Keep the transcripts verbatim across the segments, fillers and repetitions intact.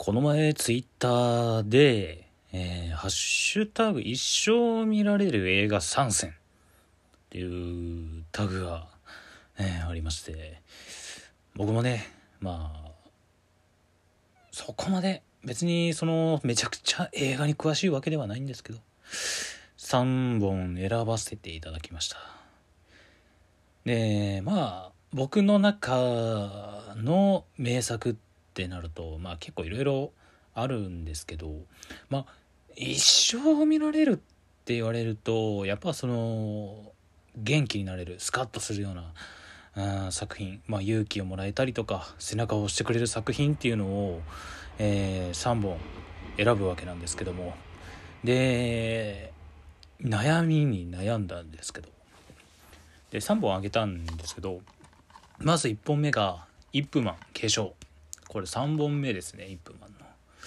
この前ツイッターで、えーハッシュタグ一生見られる映画さん選っていうタグが、えーありまして、僕もね、まあそこまで別にそのめちゃくちゃ映画に詳しいわけではないんですけど、さんぼん選ばせていただきました。で、まあ僕の中の名作ってなると、まあ結構いろいろあるんですけど、まあ一生見られるって言われると、やっぱその元気になれる、スカッとするようなあ作品、まあ勇気をもらえたりとか背中を押してくれる作品っていうのを、えー、さんぼん選ぶわけなんですけども、で悩みに悩んだんですけど、でさんぼんあげたんですけど、まずいっぽんめがイップマン継承、これさんぼんめですね。イップマンの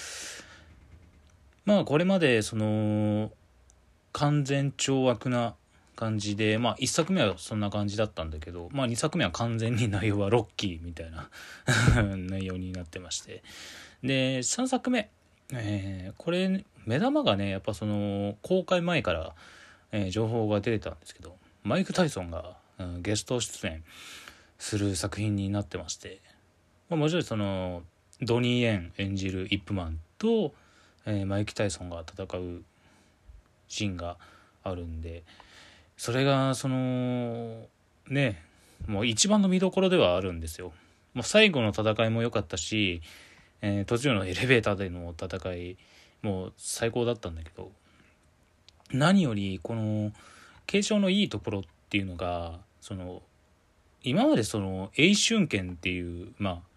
まあこれまでその完全懲悪な感じで、まあいっさくめはそんな感じだったんだけど、まあにさくめは完全に内容はロッキーみたいな内容になってまして、でさんさくめ、えー、これ目玉がね、やっぱその公開前から、えー、情報が出てたんですけど、マイク・タイソンが、うん、ゲスト出演する作品になってまして、まあ、もちろんそのドニー・イェン演じるイップマンと、えー、マイク・タイソンが戦うシーンがあるんで、それがそのね、もう一番の見どころではあるんですよ。もう最後の戦いも良かったし、えー、途中のエレベーターでの戦いもう最高だったんだけど、何よりこの継承のいいところっていうのが、その今までその詠春拳っていうまあ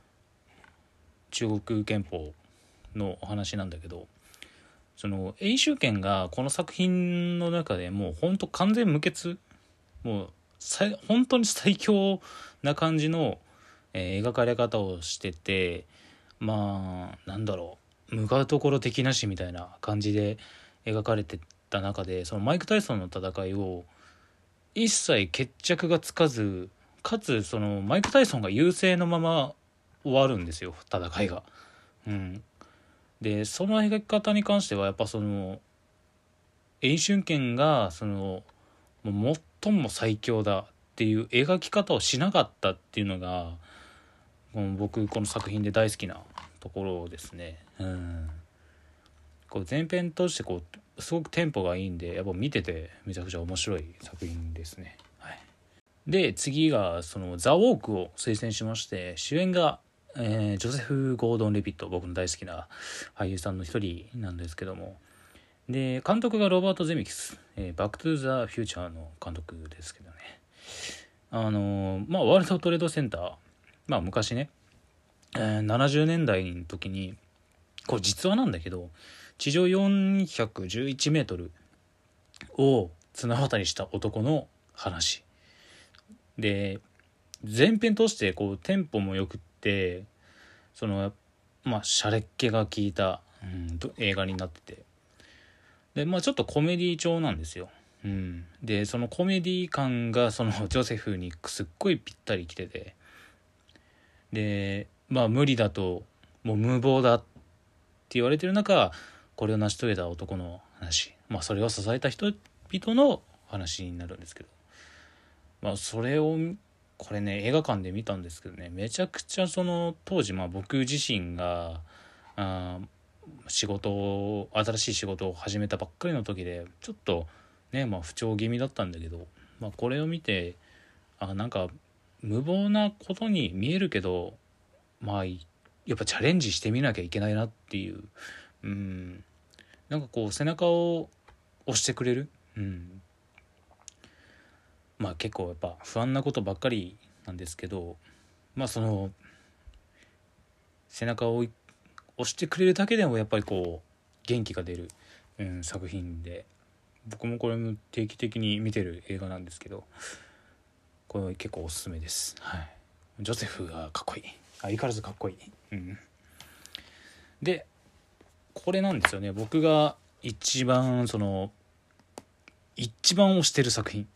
中国憲法のお話なんだけど、その詠春拳がこの作品の中でもうほんと完全無欠、もう本当に最強な感じの、えー、描かれ方をしてて、まあなんだろう、向かうところ敵なしみたいな感じで描かれてた中で、そのマイク・タイソンの戦いを一切決着がつかず、かつそのマイク・タイソンが優勢のまま終わるんですよ、戦いが。うん、でその描き方に関してはやっぱその詠春拳がそのもう最も最強だっていう描き方をしなかったっていうのが、僕この作品で大好きなところですね。うん、こう前編としてこうすごくテンポがいいんで、やっぱ見ててめちゃくちゃ面白い作品ですね。はい、で次がそのザ・ウォークを推薦しまして、主演が、えー、ジョセフ・ゴードン・レビット、僕の大好きな俳優さんの一人なんですけども、で監督がロバート・ゼミキス、えー、バック・トゥ・ザ・フューチャーの監督ですけどね、あのー、まあワールドトレードセンター、まあ昔ね、えー、ななじゅうねんだいの時に、これ実話なんだけど、地上よんひゃくじゅういちメートルを綱渡りした男の話で、前編としてこうテンポもよくって、そのまあシャレっ気が効いた、うん、映画になってて、でまあちょっとコメディ調なんですよ。うん、でそのコメディ感がそのジョセフにすっごいぴったりきてて、でまあ無理だともう無謀だって言われてる中、これを成し遂げた男の話、まあそれを支えた人々の話になるんですけど、まあそれをこれね映画館で見たんですけどね、めちゃくちゃその当時、まあ僕自身があ仕事を新しい仕事を始めたばっかりの時で、ちょっとねまあ不調気味だったんだけど、まあこれを見て、あなんか無謀なことに見えるけど、まあやっぱチャレンジしてみなきゃいけないなっていう、うん、なんかこう背中を押してくれる、うん、まあ結構やっぱ不安なことばっかりなんですけど、まあその背中を押してくれるだけでもやっぱりこう元気が出る、うん、作品で、僕もこれも定期的に見てる映画なんですけど、これ結構おすすめです。はい、ジョセフがかっこいい、相変わらずかっこいい、うん、でこれなんですよね、僕が一番その一番推してる作品、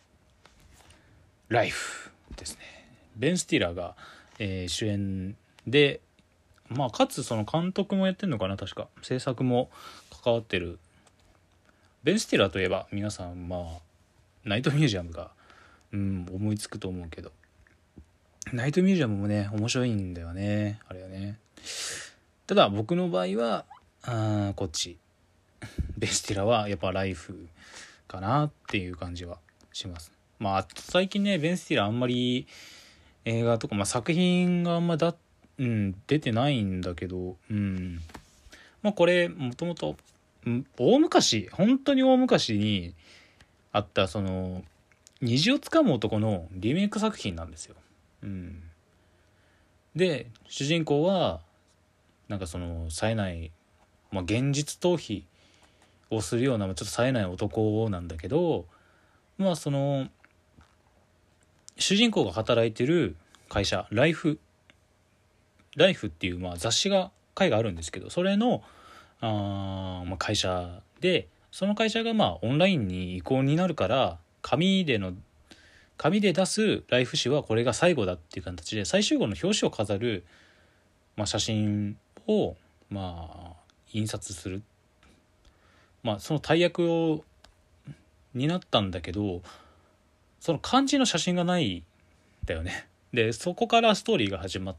ライフですね。ベン・スティラーが、えー、主演で、 まあかつその監督もやってんのかな、確か制作も関わってる。ベン・スティラーといえば皆さんまあナイトミュージアムが、うん、思いつくと思うけど、ナイトミュージアムもね面白いんだよねあれはね。ただ僕の場合はあこっちベン・スティラーはやっぱライフかなっていう感じはします。まあ最近ねベン・スティラーあんまり映画とか、まあ、作品があんまだ、うん、出てないんだけど、うん、まあこれもともと大昔本当に大昔にあったその虹をつかむ男のリメイク作品なんですよ。うん、で主人公はなんかその冴えない、まあ、現実逃避をするようなちょっと冴えない男なんだけど、まあその主人公が働いてる会社ライフライフっていうまあ雑誌が会があるんですけど、それのあ、まあ、会社で、その会社がまあオンラインに移行になるから紙での紙で出すライフ誌はこれが最後だっていう形で最終号の表紙を飾る、まあ、写真をまあ印刷する、まあその大役を担ったんだけど、その漢字の写真がないんだよね。でそこからストーリーが始まって、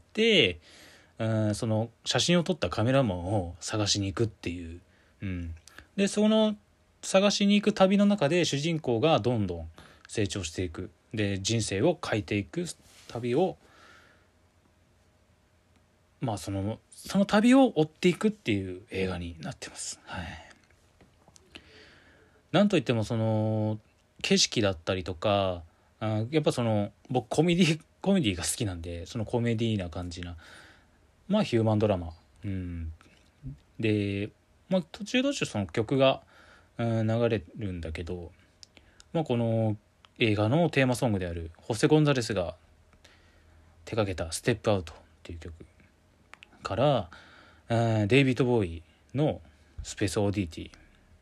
うん、その写真を撮ったカメラマンを探しに行くっていう、うん、でその探しに行く旅の中で主人公がどんどん成長していく、で人生を変えていく旅を、まあそのその旅を追っていくっていう映画になってます。はい。なんといってもその景色だったりとか、あやっぱその僕コメディコメディが好きなんで、そのコメディな感じなまあヒューマンドラマ、うん、で、まあ、途中途中その曲が、うん、流れるんだけど、まあ、この映画のテーマソングであるホセ・ゴンザレスが手掛けた「ステップアウト」っていう曲から、うん、デイビッド・ボーイの「スペース・オーディティ」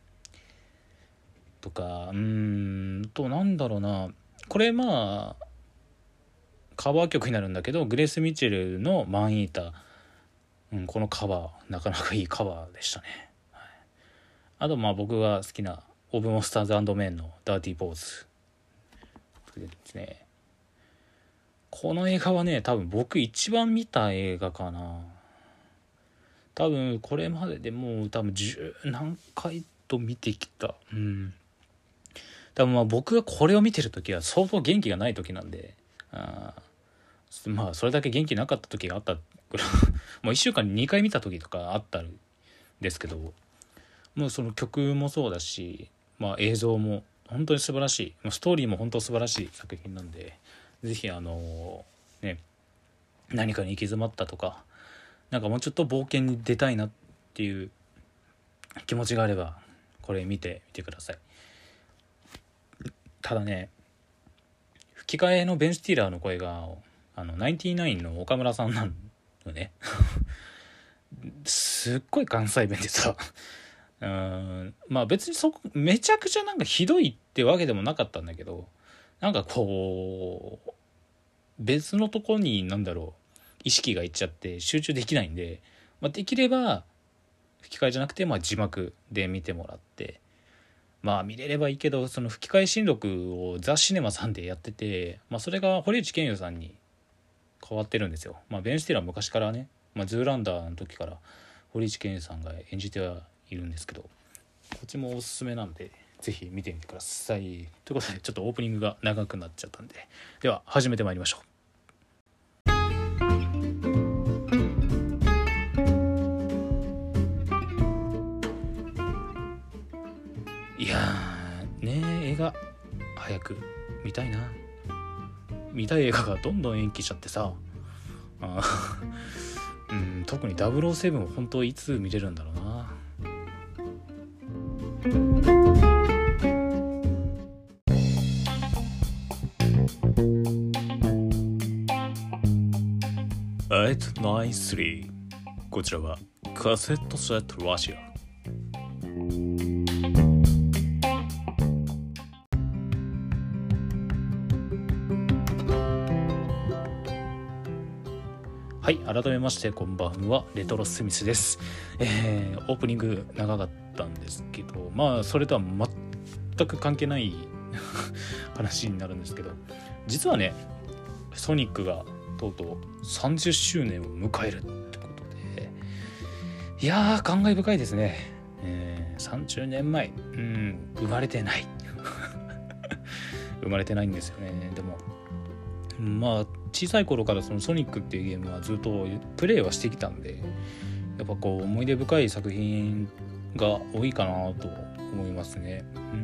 とか、うーんとなんだろうな、これまあカバー曲になるんだけどグレース・ミッチェルの「マン・イーター」、うん、このカバーなかなかいいカバーでしたね。はい、あとまあ僕が好きなオブ・モンスターズ&メンのダーティーポーズですね。この映画はね多分僕一番見た映画かな。多分これまででもう多分十何回と見てきた。うん。多分まあ僕がこれを見てる時は相当元気がない時なんで、あまあそれだけ元気なかった時があったぐらいもういっしゅうかんににかい見た時とかあったんですけど、もうその曲もそうだし、まあ、映像も本当に素晴らしい、ストーリーも本当素晴らしい作品なんで、ぜひあのね何かに行き詰まったとか、なんかもうちょっと冒険に出たいなっていう気持ちがあればこれ見てみてください。ただね吹き替えのベン・スティーラーの声があのナインティナインの岡村さんなのねすっごい関西弁でさうーんまあ別にそこめちゃくちゃなんかひどいってわけでもなかったんだけど、なんかこう別のとこになんだろう意識がいっちゃって集中できないんで、まあ、できれば吹き替えじゃなくてまあ字幕で見てもらって、まあ見れればいいけど、その吹き替え新録をザ・シネマさんでやってて、まあ、それが堀内健雄さんに変わってるんですよ。まあ、ベン・スティラーは昔からね、まあ、ズーランダーの時から堀内健雄さんが演じてはいるんですけど、こっちもおすすめなんでぜひ見てみてください。ということでちょっとオープニングが長くなっちゃったんで、では始めてまいりましょう。いやーね、映画早く見たいな。見たい映画がどんどん延期しちゃってさ、あうん、特にダブルオーセブンを本当いつ見れるんだろうな。はちきゅうさんこちらはカセットセットラジオ。 はい、改めましてこんばんは、レトロスミスです。えー、オープニング長かったんですけど、まあそれとは全く関係ない話になるんですけど、実はねソニックがとうとうさんじゅっしゅうねんを迎えるってことで、いやー感慨深いですね。えー、さんじゅうねんまえ、うん、生まれてない生まれてないんですよね。でもまあ小さい頃からそのソニックっていうゲームはずっとプレイはしてきたんで、やっぱこう思い出深い作品が多いかなと思いますね。うん、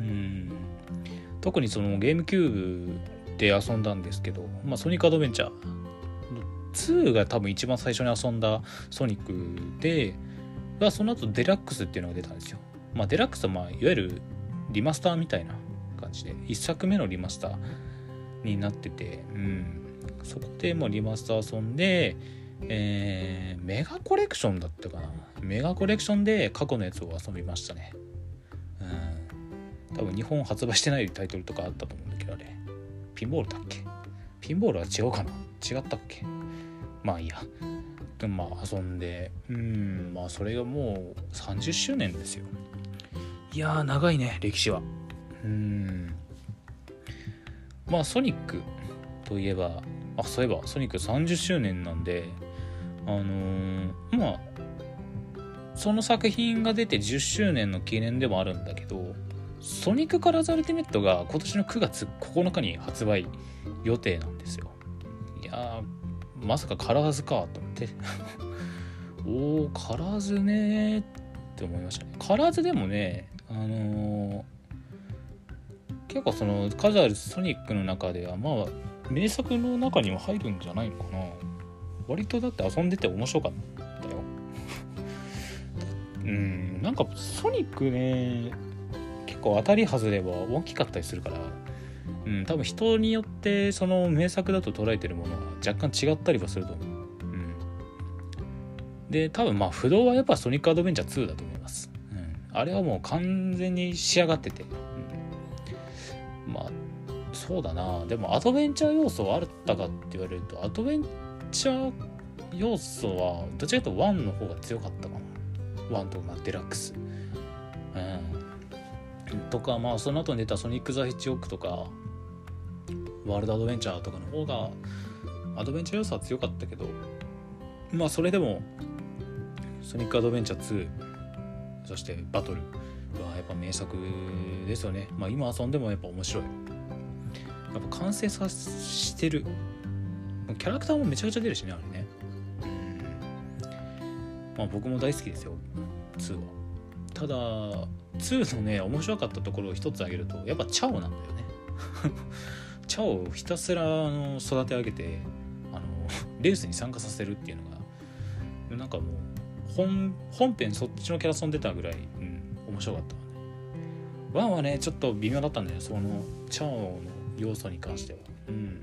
特にそのゲームキューブで遊んだんですけど、まあ、ソニックアドベンチャーツーが多分一番最初に遊んだソニックで、その後デラックスっていうのが出たんですよ。まあ、デラックスはまあいわゆるリマスターみたいな感じでいっさくめのリマスターになってて、うん、そこでもうリマスター遊んで、えー、メガコレクションだったかな、メガコレクションで過去のやつを遊びましたね。うん、多分日本発売してないタイトルとかあったと思うんだけど、あれピンボールだっけ、ピンボールは違うかな、違ったっけ、まあいいや。でまあ遊んで、うんまあそれがもうさんじゅっしゅうねんですよ。いやー長いね歴史は。うんまあソニックといえば、あそういえばソニックさんじゅっしゅうねんなんで、あのー、まあその作品が出てじゅっしゅうねんの記念でもあるんだけど、ソニックカラーズアルティメットが今年のくがつここのかに発売予定なんですよ。いやーまさかカラーズかと思っておーカラーズねーって思いましたね。カラーズでもね、あのー、結構その数あるソニックの中ではまあ名作の中には入るんじゃないのかな。割とだって遊んでて面白かったようんなんかソニックね結構当たり外れは大きかったりするから、うん、多分人によってその名作だと捉えてるものは若干違ったりはすると思う。うん、で多分まあ不動はやっぱソニックアドベンチャーツーだと思います。うん、あれはもう完全に仕上がってて、うん、まあそうだな。でもアドベンチャー要素はあったかって言われると、アドベンチャー要素はどちらかというとワンの方が強かったかな。ワンとかデラックス、うん、とかまあその後に出たソニック・ザ・ヒッチホックとかワールドアドベンチャーとかの方がアドベンチャー要素は強かったけど、まあそれでもソニックアドベンチャーツーそしてバトルはやっぱ名作ですよね。まあ今遊んでもやっぱ面白い。やっぱ完成さしてる。キャラクターもめちゃくちゃ出るしね、あれね。うんまあ僕も大好きですよツーは。ただツーのね面白かったところを一つ挙げるとやっぱチャオなんだよねチャオをひたすらあの育て上げてあのレースに参加させるっていうのがなんかもう 本, 本編そっちのキャラ遊んでたぐらい、うん、面白かったね。ワンはねちょっと微妙だったんだよ、そのチャオの要素に関しては。うん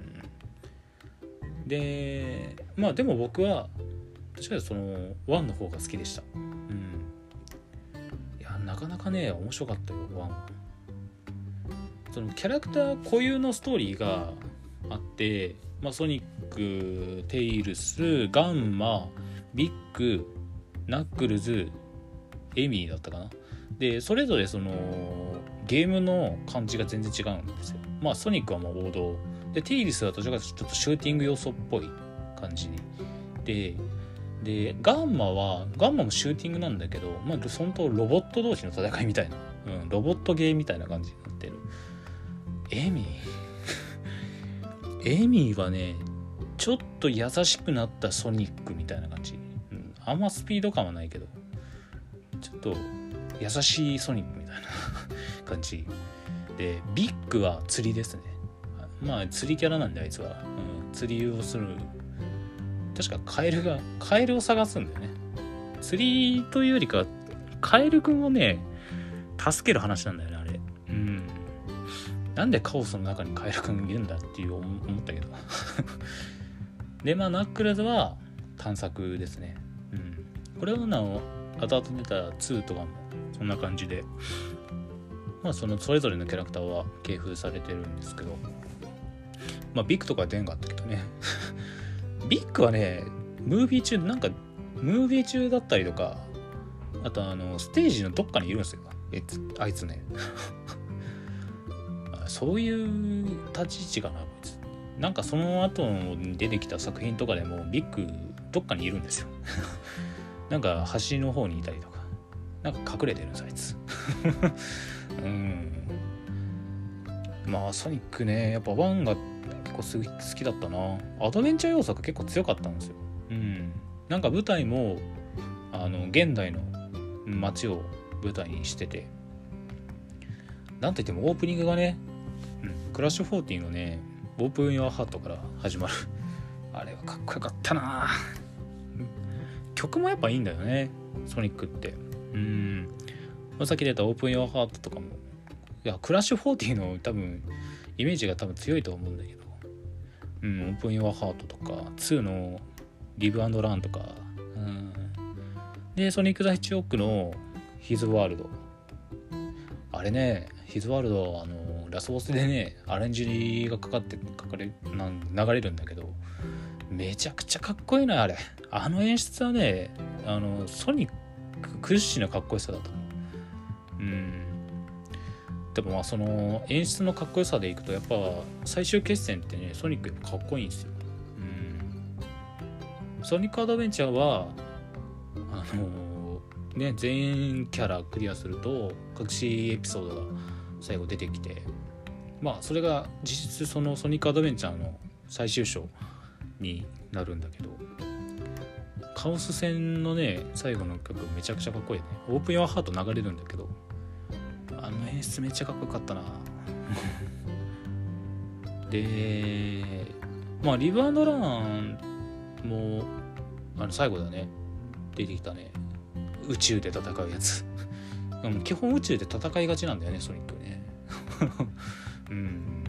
でまあでも僕はどちらかというとそのワンの方が好きでした。うんいやなかなかね面白かったよワンは。そのキャラクター固有のストーリーがあって、まあ、ソニック、テイルス、ガンマ、ビッグ、ナックルズ、エミーだったかな。でそれぞれそのゲームの感じが全然違うんですよ。まあソニックはもう王道で、テイルスはどちらかというとちょっとシューティング要素っぽい感じで、でガンマはガンマもシューティングなんだけど、まあ本当ロボット同士の戦いみたいな、うん、ロボットゲーみたいな感じになってる。エミーエミーはねちょっと優しくなったソニックみたいな感じ、うん、あんまスピード感はないけどちょっと優しいソニックみたいな感じで、ビッグは釣りですね。まあ釣りキャラなんであいつは、うん、釣りをする、確かカエルがカエルを探すんだよね。釣りというよりかカエルくんをね助ける話なんだよねあれ。うんなんでカオスの中にカエルくんいるんだっていう思ったけどでまあナックルズは探索ですね。うんこれはなお後々出たツーとかもそんな感じで、まあそのそれぞれのキャラクターは系譜されてるんですけど、まあビッグとかは出んかったけどねビッグはねムービー中なんかムービー中だったりとか、あとあのステージのどっかにいるんですよえあいつねそういう立ち位置かなこいつ。なんかその後に出てきた作品とかでもビッグどっかにいるんですよなんか端の方にいたりとか、なんか隠れてるんですあいつうんまあソニックね、やっぱワンが結構好きだったな。アドベンチャー要素が結構強かったんですよ。うんなんか舞台もあの現代の街を舞台にしてて、なんといってもオープニングがね、うん、クラッシュフォーティーのねオープン・ヨア・ハートから始まるあれはかっこよかったな。曲もやっぱいいんだよねソニックって。うんさっき出たオープン・ヨア・ハートとかも、いやクラッシュフォーティーの多分イメージが多分強いと思うんだけど、うん、オープン・ヨア・ハートとかツーのリブ&ランとか、うん、でソニック・ザ・ヒッチホックのヒズ・ワールド、あれねヒズ・ワールドあのラスボスでねアレンジがかかってかかれなん流れるんだけど、めちゃくちゃかっこいいなあれ。あの演出はねあのソニック屈指のかっこよさだと思う。うんでもまあその演出のかっこよさでいくとやっぱ最終決戦ってねソニックやっぱかっこいいんですよ。うんソニックアドベンチャーはあのね全キャラクリアすると隠しエピソードが最後出てきて、まあそれが実質そのソニックアドベンチャーの最終章になるんだけど、カオス戦のね最後の曲めちゃくちゃかっこいいね。オープン・ヨア・ハート流れるんだけど、あの演出めっちゃかっこよかったなでまあリブ&ランもあの最後だね出てきたね、宇宙で戦うやつ基本宇宙で戦いがちなんだよねソニックねうん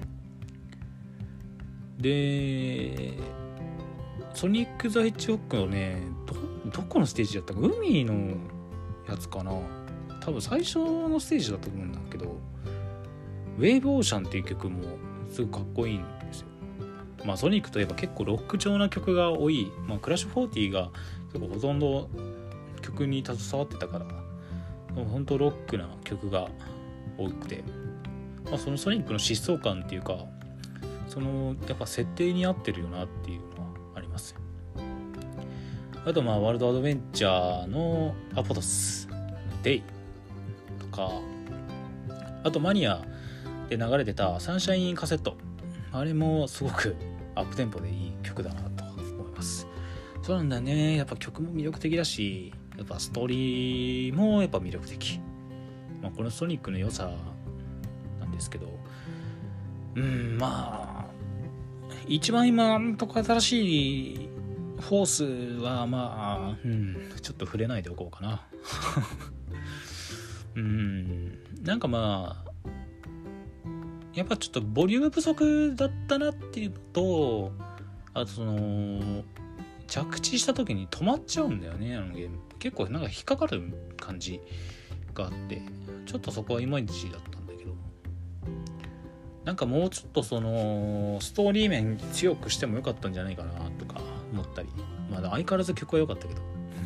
でソニック・ザ・ヒッチホックのね ど, どこのステージだったか、海のやつかな、多分最初のステージだと思うんだけど、ウェーブ・オーシャンっていう曲もすごくかっこいいんですよ。まあソニックといえば結構ロック調な曲が多い、まあ、クラッシュフォーティーが結構ほとんど曲に携わってたから本当ロックな曲が多くて、まあ、そのソニックの疾走感っていうかそのやっぱ設定に合ってるよなっていうのはありますよ。あとまあワールドアドベンチャーのアポトスデイとか、あとマニアで流れてたサンシャインカセット、あれもすごくアップテンポでいい曲だなと思います。そうなんだね、やっぱ曲も魅力的だしやっぱストーリーもやっぱ魅力的、まあ、このソニックの良さなんですけど、うんまあ一番今のところ新しいフォースはまあ、うん、ちょっと触れないでおこうかなうんなんかまあやっぱちょっとボリューム不足だったなっていうのと、あとその着地した時に止まっちゃうんだよねあのゲーム。結構なんか引っかかる感じがあってちょっとそこはいまいちだったんだけど、なんかもうちょっとそのストーリー面強くしてもよかったんじゃないかなとか思ったり、まだ相変わらず曲は良かったけど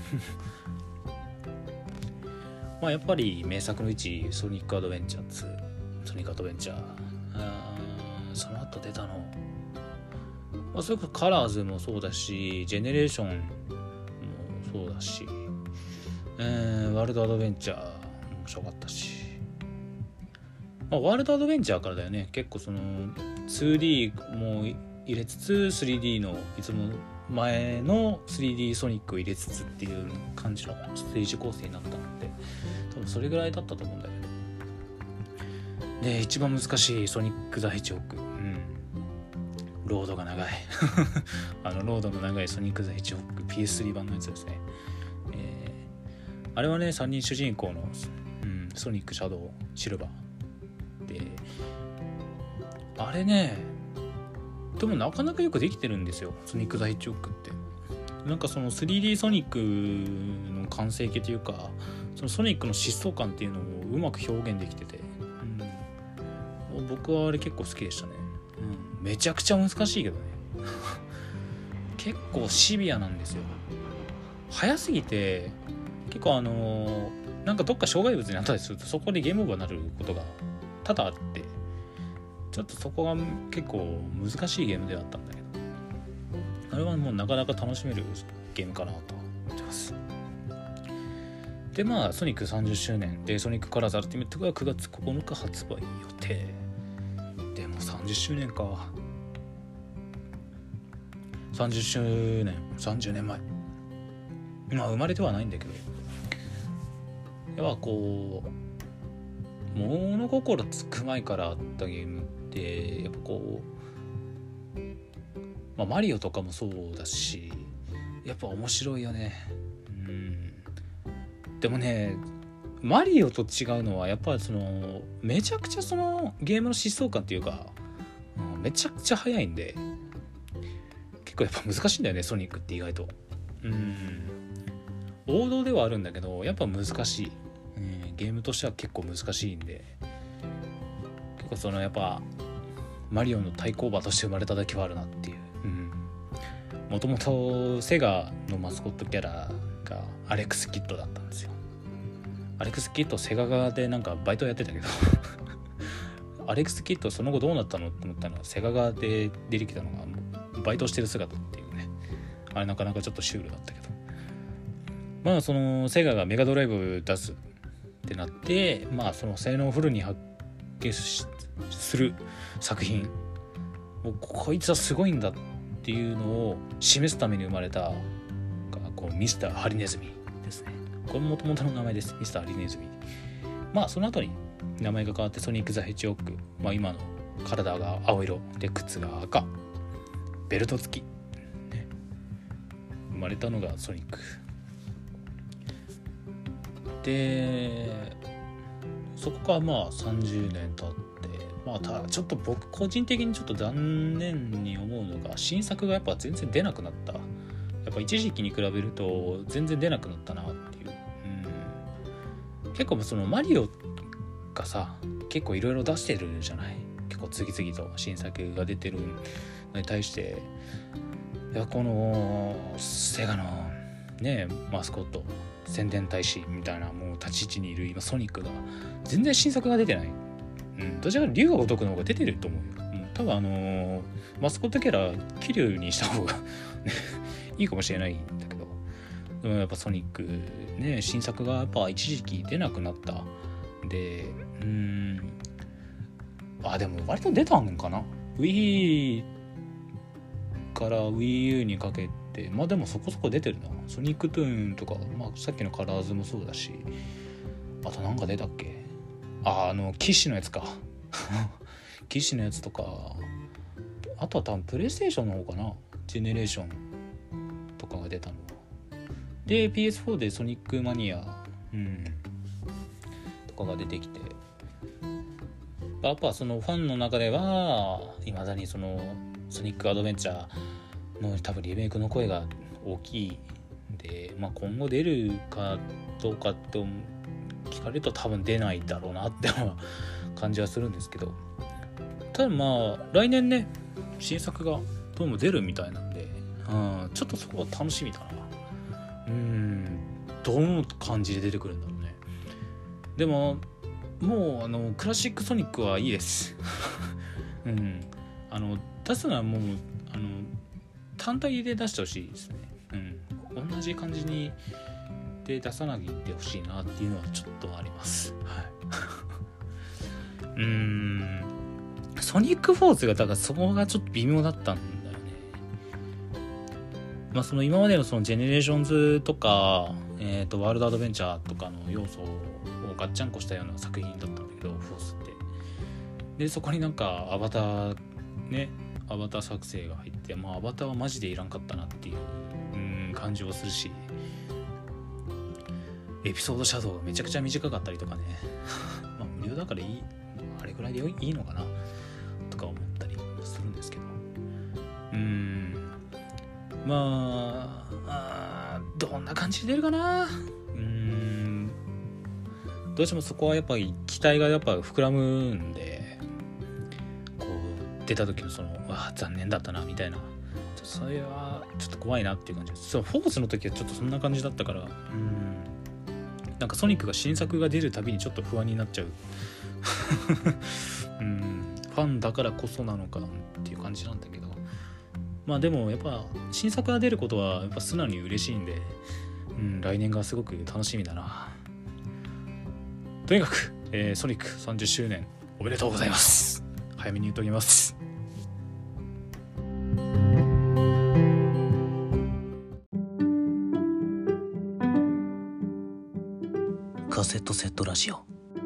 まあやっぱり名作のいちソニックアドベンチャーツー、ソニックアドベンチャー、あその後出たの、まあ、それこそカラーズもそうだしジェネレーションもそうだし、えー、ワールドアドベンチャーも面白かったし、まあ、ワールドアドベンチャーからだよね結構その ツーディー も入れつつ スリーディー のいつも前の スリーディー ソニックを入れつつっていう感じのステージ構成になったので多分それぐらいだったと思うんだけど、で一番難しいソニック・ザ・ヘッジホック、うん、ロードが長いあのロードの長いソニック・ザ・ヘッジホック ピーエススリー 版のやつですね、えー、あれはねさんにん主人公の、うん、ソニック、シャドウ、シルバーで、あれねでもなかなかよくできてるんですよソニック・ザ・ヘッジホックって。なんかその スリーディー ソニックの完成形というかそのソニックの疾走感っていうのをうまく表現できてて、うん、僕はあれ結構好きでしたね、うん、めちゃくちゃ難しいけどね結構シビアなんですよ。早すぎて結構あのー、なんかどっか障害物になったりするとそこでゲームオーバーになることが多々あって、ちょっとそこが結構難しいゲームではあったんだけど、あれはもうなかなか楽しめるゲームかなと思ってます。でまあソニックさんじゅっしゅうねんでソニックカラーズアルティメットがくがつここのか発売予定で、もさんじゅっしゅうねんか。さんじゅっしゅうねんさんじゅうねんまえ、まあ生まれてはないんだけど、やっぱこう物心つく前からあったゲームってやっぱこう、まあ、マリオとかもそうだしやっぱ面白いよね。うん。でもねマリオと違うのはやっぱりそのめちゃくちゃそのゲームの疾走感っていうか、うん、めちゃくちゃ速いんで結構やっぱ難しいんだよねソニックって意外と。うん王道ではあるんだけどやっぱ難しい、うん、ゲームとしては結構難しいんで、結構そのやっぱマリオの対抗馬として生まれただけはあるなっていう。もともとセガのマスコットキャラがアレックス・キッドだったんですよ。アレックス・キッドセガ側でなんかバイトやってたけどアレックス・キッドその後どうなったのって思ったのはセガ側で出てきたのがバイトしてる姿っていうね、あれなかなかちょっとシュールだったけど、まあそのセガがメガドライブ出すってなって、まあその性能をフルに発揮する作品、もうこいつはすごいんだっていうのを示すために生まれたこうミスターハリネズミですね。これもともとの名前です。ミスターハリネズミ。まあその後に名前が変わってソニック・ザ・ヘッジホッグ、まあ今の体が青色で靴が赤、ベルト付き、ね、生まれたのがソニックで、そこからまあさんじゅうねん経って、まあただちょっと僕個人的にちょっと残念に思うのが新作がやっぱ全然出なくなった。やっぱ一時期に比べると全然出なくなったなっていう、うん、結構そのマリオがさ結構いろいろ出してるじゃない。結構次々と新作が出てるのに対していやこのセガのねマスコット宣伝大使みたいなもう立ち位置にいる今ソニックが全然新作が出てない。うん、どちらか竜が如くの方が出てると思うよ。うん、多分あのー、マスコットキャラ桐生にした方がいいかもしれないんだけど、でもやっぱソニックね新作がやっぱ一時期出なくなったで、うーんあでも割と出たんかな Wii から WiiU にかけて、まあでもそこそこ出てるな。ソニックトゥーンとか、まあ、さっきのカラーズもそうだし、あとなんか出たっけ、ああの騎士のやつか騎士のやつとか、あとは多分プレイステーションの方かな、ジェネレーションとかが出たので ピーエスフォー でソニックマニア、うん、とかが出てきて、やっぱそのファンの中ではいまだにそのソニックアドベンチャーの多分リメイクの声が大きいんで、まあ、今後出るかどうかって聞かれると多分出ないだろうなって感じはするんですけど、ただまあ来年ね新作がどうも出るみたいなんで、うん、ちょっとそこは楽しみだな。うーんどの感じで出てくるんだろうね。でももうあのクラシックソニックはいいです、うん、あの出すのはもうあの単体で出してほしいですね、うん、同じ感じにで出さないでほしいなっていうのはちょっとあります、はい、うーんソニックフォースがだからそこがちょっと微妙だったんだよね。まあその今までのそのジェネレーションズとか、えーとワールドアドベンチャーとかの要素をガッチャンコしたような作品だったんだけどフォースってで、そこになんかアバターねアバター作成が入って、まあアバターはマジでいらんかったなっていう、うーん感じをするし、エピソードシャドウがめちゃくちゃ短かったりとかねまあ無料だからいいあれぐらいでいいのかなとか思ったりするんですけど、うーんまあ、あどんな感じで出るかな。うーんどうしてもそこはやっぱり期待がやっぱ膨らむんで、こう出た時のそのあ残念だったなみたいな、それはちょっと怖いなっていう感じです。そう、フォースの時はちょっとそんな感じだったから、うん、なんかソニックが新作が出るたびにちょっと不安になっちゃううん、ファンだからこそなのかなっていう感じなんだけど、まあでもやっぱ新作が出ることはやっぱ素直に嬉しいんで、うん、来年がすごく楽しみだな。とにかく、えー、ソニックさんじゅっしゅうねんおめでとうございます。早めに言っておきます。カセットセットラジオ。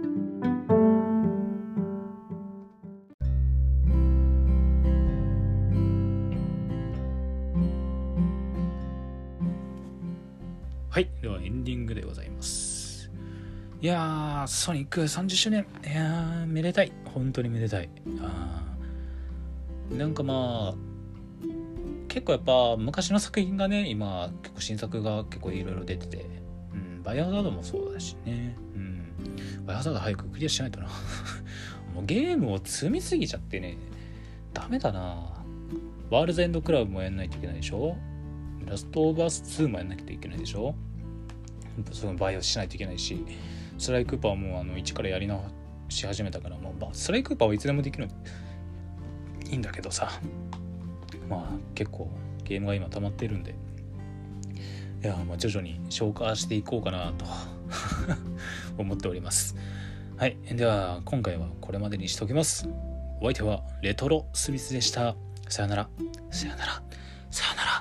はい、ではエンディングでございます。いやー、ソニックさんじゅっしゅうねん、いやーめでたい、本当にめでたい。あー、なんかまあ結構やっぱ昔の作品がね、今結構新作が結構いろいろ出てて、うん、バイオハザードもそうだしね、うん、バイオハザード早くクリアしないとなもうゲームを積みすぎちゃってね、ダメだな。ワールドエンドクラブもやんないといけないでしょ、ラストオブアスツーもやんなきゃいけないでしょ、そのバイオしないといけないし、スライクーパーもあのいちからやり直し始めたから、もうスライクーパーはいつでもできるのでいいんだけどさ、まあ結構ゲームが今溜まってるんで、いやまあ徐々に消化していこうかなと思っております。はい、では今回はこれまでにしておきます。お相手はレトロスミスでした。さよなら、さよなら、さよなら。